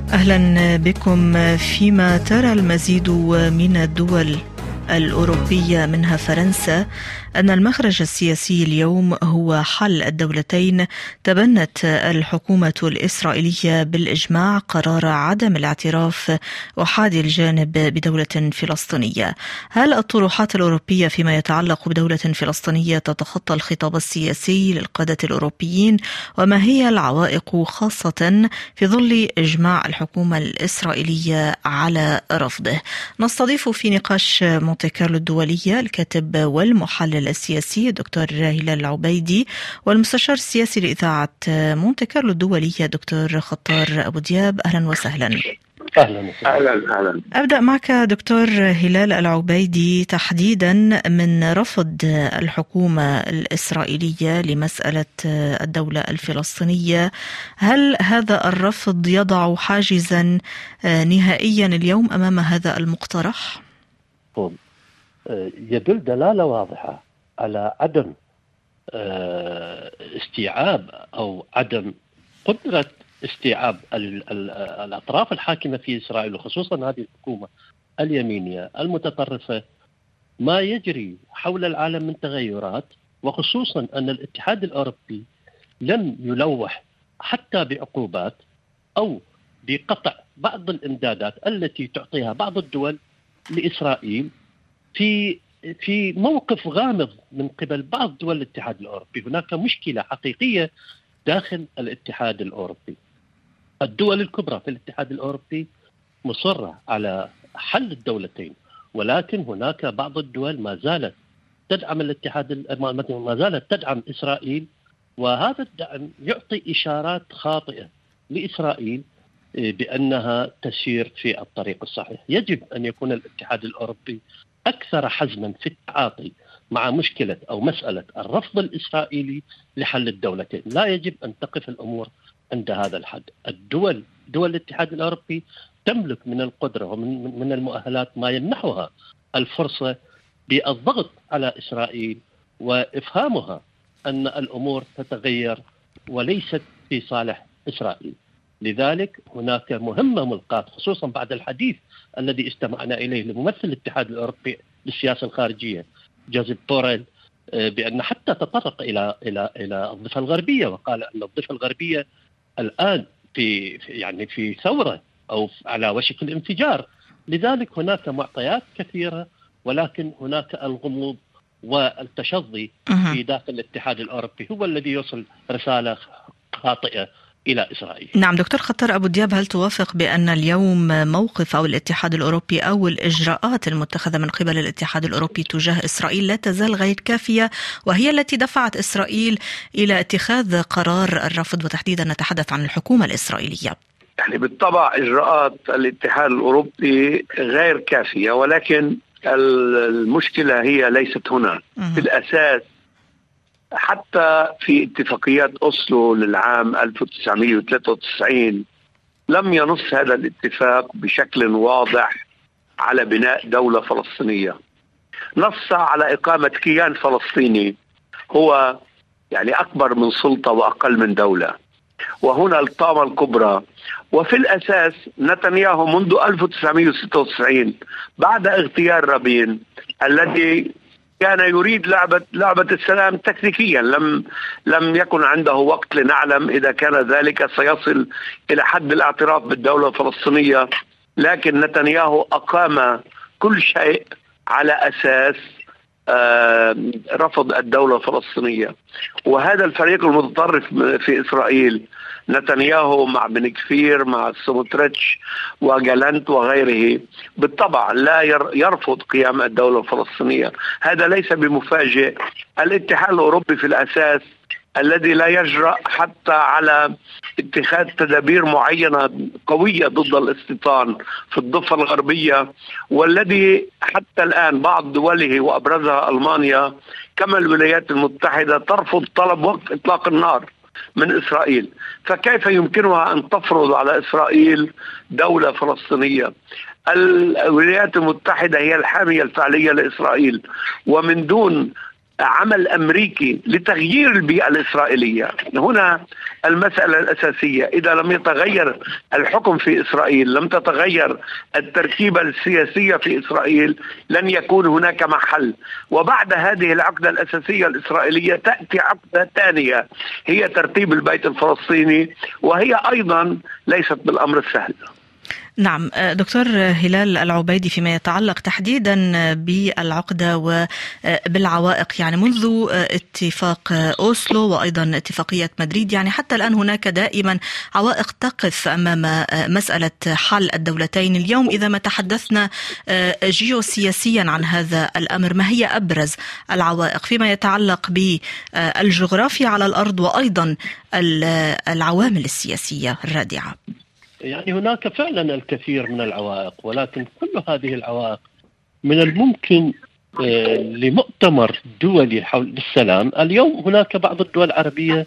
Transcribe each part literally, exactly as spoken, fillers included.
أهلا بكم. فيما ترى المزيد من الدول الأوروبية منها فرنسا أن المخرج السياسي اليوم هو حل الدولتين، تبنت الحكومة الإسرائيلية بالإجماع قرار عدم الاعتراف أحادي الجانب بدولة فلسطينية. هل الطروحات الأوروبية فيما يتعلق بدولة فلسطينية تتخطى الخطاب السياسي للقادة الأوروبيين؟ وما هي العوائق خاصة في ظل إجماع الحكومة الإسرائيلية على رفضه؟ نستضيف في نقاش مونتي كارلو الدولية الكاتب والمحلل السياسي دكتور هلال العبيدي، والمستشار السياسي لإذاعة مونتي كارلو الدولية دكتور خطار أبو دياب. أهلا وسهلا. أهلا أهلا أهلا. أبدأ معك دكتور هلال العبيدي تحديدا من رفض الحكومة الإسرائيلية لمسألة الدولة الفلسطينية. هل هذا الرفض يضع حاجزا نهائيا اليوم أمام هذا المقترح؟ يدل دلالة واضحة على عدم استيعاب أو عدم قدرة استيعاب الأطراف الحاكمة في إسرائيل، وخصوصا هذه الحكومة اليمينية المتطرفة، ما يجري حول العالم من تغيرات، وخصوصا أن الاتحاد الأوروبي لم يلوح حتى بعقوبات أو بقطع بعض الإمدادات التي تعطيها بعض الدول لإسرائيل في في موقف غامض من قبل بعض دول الاتحاد الأوروبي. هناك مشكلة حقيقية داخل الاتحاد الأوروبي. الدول الكبرى في الاتحاد الأوروبي مصرة على حل الدولتين، ولكن هناك بعض الدول ما زالت تدعم الاتحاد ما زالت تدعم إسرائيل، وهذا الدعم يعطي إشارات خاطئة لإسرائيل بأنها تسير في الطريق الصحيح. يجب أن يكون الاتحاد الأوروبي أكثر حزما في التعاطي مع مشكلة أو مسألة الرفض الإسرائيلي لحل الدولتين. لا يجب أن تقف الأمور عند هذا الحد. الدول دول الاتحاد الأوروبي تملك من القدرة ومن من المؤهلات ما يمنحها الفرصة بالضغط على إسرائيل وإفهامها أن الأمور تتغير وليست في صالح إسرائيل. لذلك هناك مهمة ملقاة، خصوصا بعد الحديث الذي استمعنا إليه لممثل الاتحاد الأوروبي للسياسة الخارجية جوزيف بوريل، بأن حتى تطرق إلى إلى إلى الضفة الغربية، وقال أن الضفة الغربية الآن في يعني في ثورة أو على وشك الانفجار. لذلك هناك معطيات كثيرة، ولكن هناك الغموض والتشظي في داخل الاتحاد الأوروبي هو الذي يوصل رسالة خاطئة إلى إسرائيل. نعم دكتور خطر أبو دياب، هل توافق بأن اليوم موقف أو الاتحاد الأوروبي أو الإجراءات المتخذة من قبل الاتحاد الأوروبي تجاه إسرائيل لا تزال غير كافية، وهي التي دفعت إسرائيل إلى اتخاذ قرار الرفض، وتحديدا نتحدث عن الحكومة الإسرائيلية؟ يعني بالطبع إجراءات الاتحاد الأوروبي غير كافية، ولكن المشكلة هي ليست هنا. في الأساس حتى في اتفاقيات أوسلو للعام ألف وتسعمائة وثلاثة وتسعين لم ينص هذا الاتفاق بشكل واضح على بناء دولة فلسطينية. نص على إقامة كيان فلسطيني هو يعني أكبر من سلطة وأقل من دولة، وهنا الطامة الكبرى. وفي الأساس نتنياهو منذ ألف وتسعمائة وستة وتسعين بعد اغتيال رابين الذي كان يريد لعبة لعبة السلام تكتيكيا، لم لم يكن عنده وقت لنعلم إذا كان ذلك سيصل إلى حد الاعتراف بالدولة الفلسطينية، لكن نتنياهو أقام كل شيء على أساس آه رفض الدولة الفلسطينية. وهذا الفريق المتطرف في إسرائيل، نتنياهو مع بن كفير مع سموتريتش وجالنت وغيره، بالطبع لا يرفض قيام الدولة الفلسطينية. هذا ليس بمفاجئ. الاتحاد الأوروبي في الأساس الذي لا يجرأ حتى على اتخاذ تدابير معينة قوية ضد الاستيطان في الضفة الغربية، والذي حتى الآن بعض دوله وأبرزها ألمانيا كما الولايات المتحدة ترفض طلب وقف إطلاق النار من إسرائيل. فكيف يمكنها أن تفرض على إسرائيل دولة فلسطينية؟ الولايات المتحدة هي الحامية الفعلية لإسرائيل، ومن دون عمل أمريكي لتغيير البيئة الإسرائيلية. هنا المسألة الأساسية، إذا لم يتغير الحكم في إسرائيل، لم تتغير التركيبة السياسية في إسرائيل، لن يكون هناك محل. وبعد هذه العقدة الأساسية الإسرائيلية تأتي عقدة ثانية هي ترتيب البيت الفلسطيني، وهي أيضا ليست بالأمر السهل. نعم دكتور هلال العبيدي، فيما يتعلق تحديدا بالعقدة وبالعوائق، يعني منذ اتفاق أوسلو وأيضا اتفاقية مدريد، يعني حتى الآن هناك دائما عوائق تقف أمام مسألة حل الدولتين. اليوم إذا ما تحدثنا جيوسياسيا عن هذا الأمر، ما هي أبرز العوائق فيما يتعلق بالجغرافيا على الأرض وأيضا العوامل السياسية الرادعة؟ يعني هناك فعلا الكثير من العوائق، ولكن كل هذه العوائق من الممكن لمؤتمر دولي حول السلام. اليوم هناك بعض الدول العربية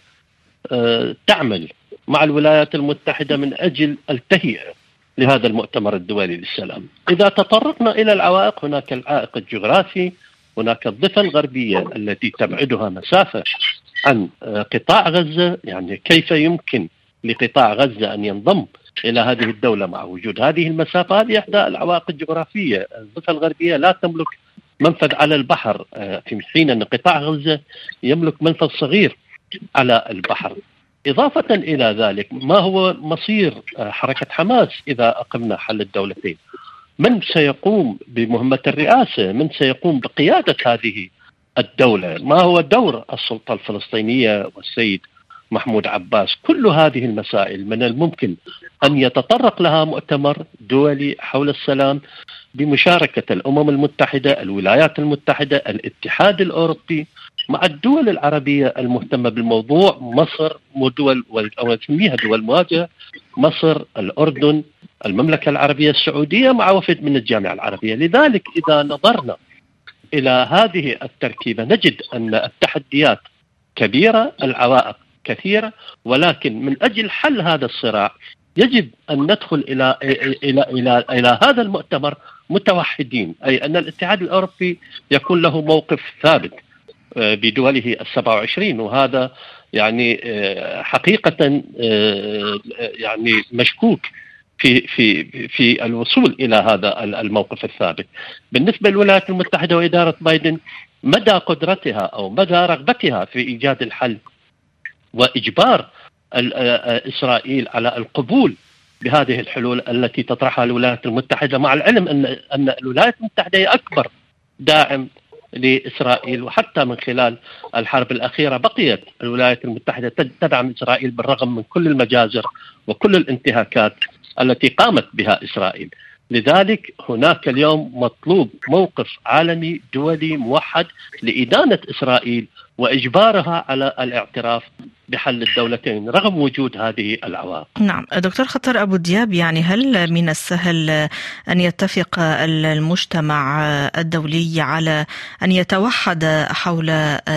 تعمل مع الولايات المتحدة من أجل التهيئة لهذا المؤتمر الدولي للسلام. إذا تطرقنا إلى العوائق، هناك العائق الجغرافي، هناك الضفة الغربية التي تبعدها مسافة عن قطاع غزة. يعني كيف يمكن لقطاع غزة أن ينضم إلى هذه الدولة مع وجود هذه المسافة؟ هذه إحدى العوائق الجغرافية. الضفة الغربية لا تملك منفذ على البحر، في حين أن قطاع غزة يملك منفذ صغير على البحر. إضافة إلى ذلك، ما هو مصير حركة حماس إذا أقمنا حل الدولتين؟ من سيقوم بمهمة الرئاسة؟ من سيقوم بقيادة هذه الدولة؟ ما هو دور السلطة الفلسطينية والسيد محمود عباس؟ كل هذه المسائل من الممكن أن يتطرق لها مؤتمر دولي حول السلام بمشاركة الأمم المتحدة، الولايات المتحدة، الاتحاد الأوروبي، مع الدول العربية المهتمة بالموضوع، مصر ودول أو نسميها دول مواجهة، مصر، الأردن، المملكة العربية السعودية، مع وفد من الجامعة العربية. لذلك إذا نظرنا إلى هذه التركيبة نجد أن التحديات كبيرة، العوائق كثيرة، ولكن من أجل حل هذا الصراع يجب أن ندخل إلى إلى إلى إلى هذا المؤتمر متوحدين، أي أن الاتحاد الأوروبي يكون له موقف ثابت بدوله السبعة وعشرين، وهذا يعني حقيقة يعني مشكوك في في في الوصول إلى هذا الموقف الثابت. بالنسبة للولايات المتحدة وإدارة بايدن، مدى قدرتها أو مدى رغبتها في إيجاد الحل وإجبار إسرائيل على القبول بهذه الحلول التي تطرحها الولايات المتحدة، مع العلم أن أن الولايات المتحدة هي أكبر داعم لإسرائيل، وحتى من خلال الحرب الأخيرة بقيت الولايات المتحدة تدعم إسرائيل بالرغم من كل المجازر وكل الانتهاكات التي قامت بها إسرائيل. لذلك هناك اليوم مطلوب موقف عالمي دولي موحد لإدانة إسرائيل وإجبارها على الاعتراف بحل الدولتين رغم وجود هذه العوائق. نعم دكتور خطر أبو دياب، يعني هل من السهل أن يتفق المجتمع الدولي على أن يتوحد حول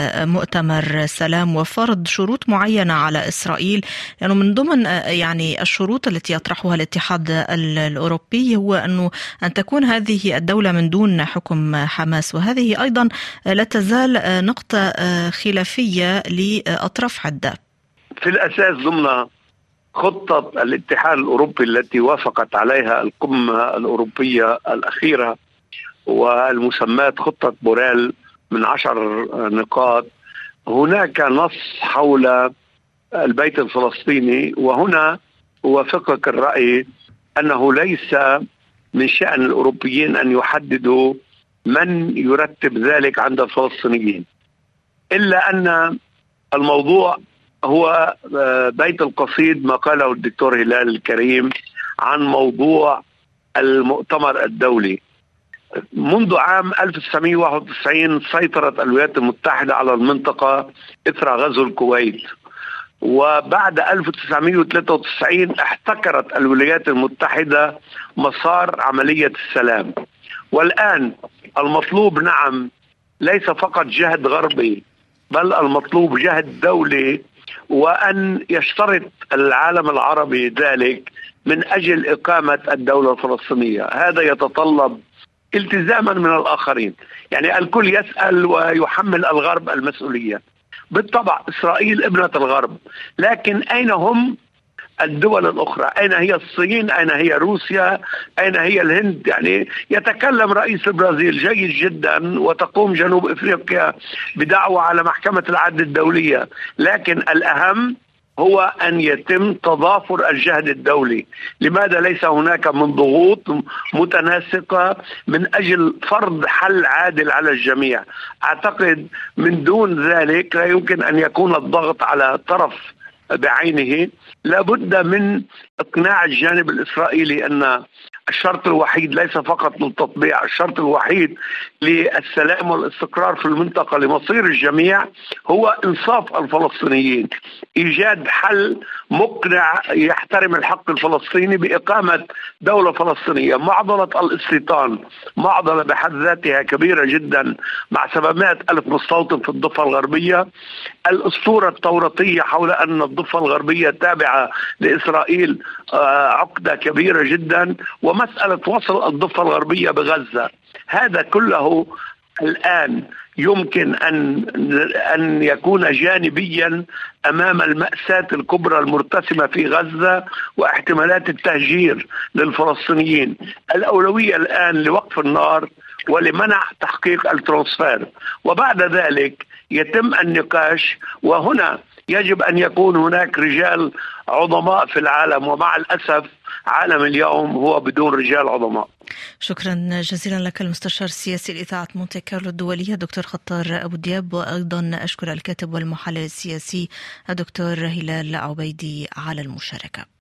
مؤتمر سلام وفرض شروط معينة على إسرائيل؟ لأنه يعني من ضمن يعني الشروط التي يطرحها الاتحاد الأوروبي هو أنه أن تكون هذه الدولة من دون حكم حماس، وهذه أيضا لا تزال نقطة خلافية لأطراف عدة. في الأساس ضمن خطة الاتحاد الأوروبي التي وافقت عليها القمة الأوروبية الأخيرة والمسمات خطة بوريل من عشر نقاط، هناك نص حول البيت الفلسطيني. وهنا أوافقك الرأي أنه ليس من شأن الأوروبيين أن يحددوا من يرتب ذلك عند الفلسطينيين، إلا أن الموضوع هو بيت القصيد ما قاله الدكتور هلال الكريم عن موضوع المؤتمر الدولي. منذ عام ألف وتسعمائة وواحد وتسعين سيطرت الولايات المتحدة على المنطقة إثر غزو الكويت، وبعد ألف وتسعمائة وثلاثة وتسعين احتكرت الولايات المتحدة مسار عملية السلام. والآن المطلوب نعم ليس فقط جهد غربي، بل المطلوب جهد دولي، وأن يشترط العالم العربي ذلك من أجل إقامة الدولة الفلسطينية. هذا يتطلب التزاما من الآخرين. يعني الكل يسأل ويحمل الغرب المسؤولية. بالطبع إسرائيل ابنة الغرب، لكن أين هم الدول الأخرى؟ أين هي الصين؟ أين هي روسيا؟ أين هي الهند؟ يعني يتكلم رئيس البرازيل جيد جدا، وتقوم جنوب إفريقيا بدعوة على محكمة العدل الدولية، لكن الأهم هو أن يتم تضافر الجهد الدولي. لماذا ليس هناك من ضغوط متناسقة من أجل فرض حل عادل على الجميع؟ أعتقد من دون ذلك لا يمكن أن يكون الضغط على طرف بعينه. لابد من إقناع الجانب الإسرائيلي أن الشرط الوحيد ليس فقط للتطبيع، الشرط الوحيد للسلام والاستقرار في المنطقة لمصير الجميع هو إنصاف الفلسطينيين، إيجاد حل مقنع يحترم الحق الفلسطيني بإقامة دولة فلسطينية. معضلة الاستيطان معضلة بحد ذاتها كبيرة جدا مع سبعمائة ألف مستوطن في الضفة الغربية. الأسطورة التوراتية حول أن الضفة الغربية تابعة لإسرائيل عقدة كبيرة جدا، ومسألة وصل الضفة الغربية بغزة، هذا كله الآن يمكن أن أن يكون جانبيا أمام المأساة الكبرى المرتسمة في غزة واحتمالات التهجير للفلسطينيين. الأولوية الآن لوقف النار ولمنع تحقيق الترانسفير، وبعد ذلك يتم النقاش. وهنا يجب أن يكون هناك رجال عظماء في العالم، ومع الأسف عالم اليوم هو بدون رجال عظماء. شكرا جزيلا لك المستشار السياسي لإذاعة مونتي كارلو الدولية دكتور خطار أبو دياب، وأيضا أشكر الكاتب والمحلل السياسي الدكتور هلال عبيدي على المشاركة.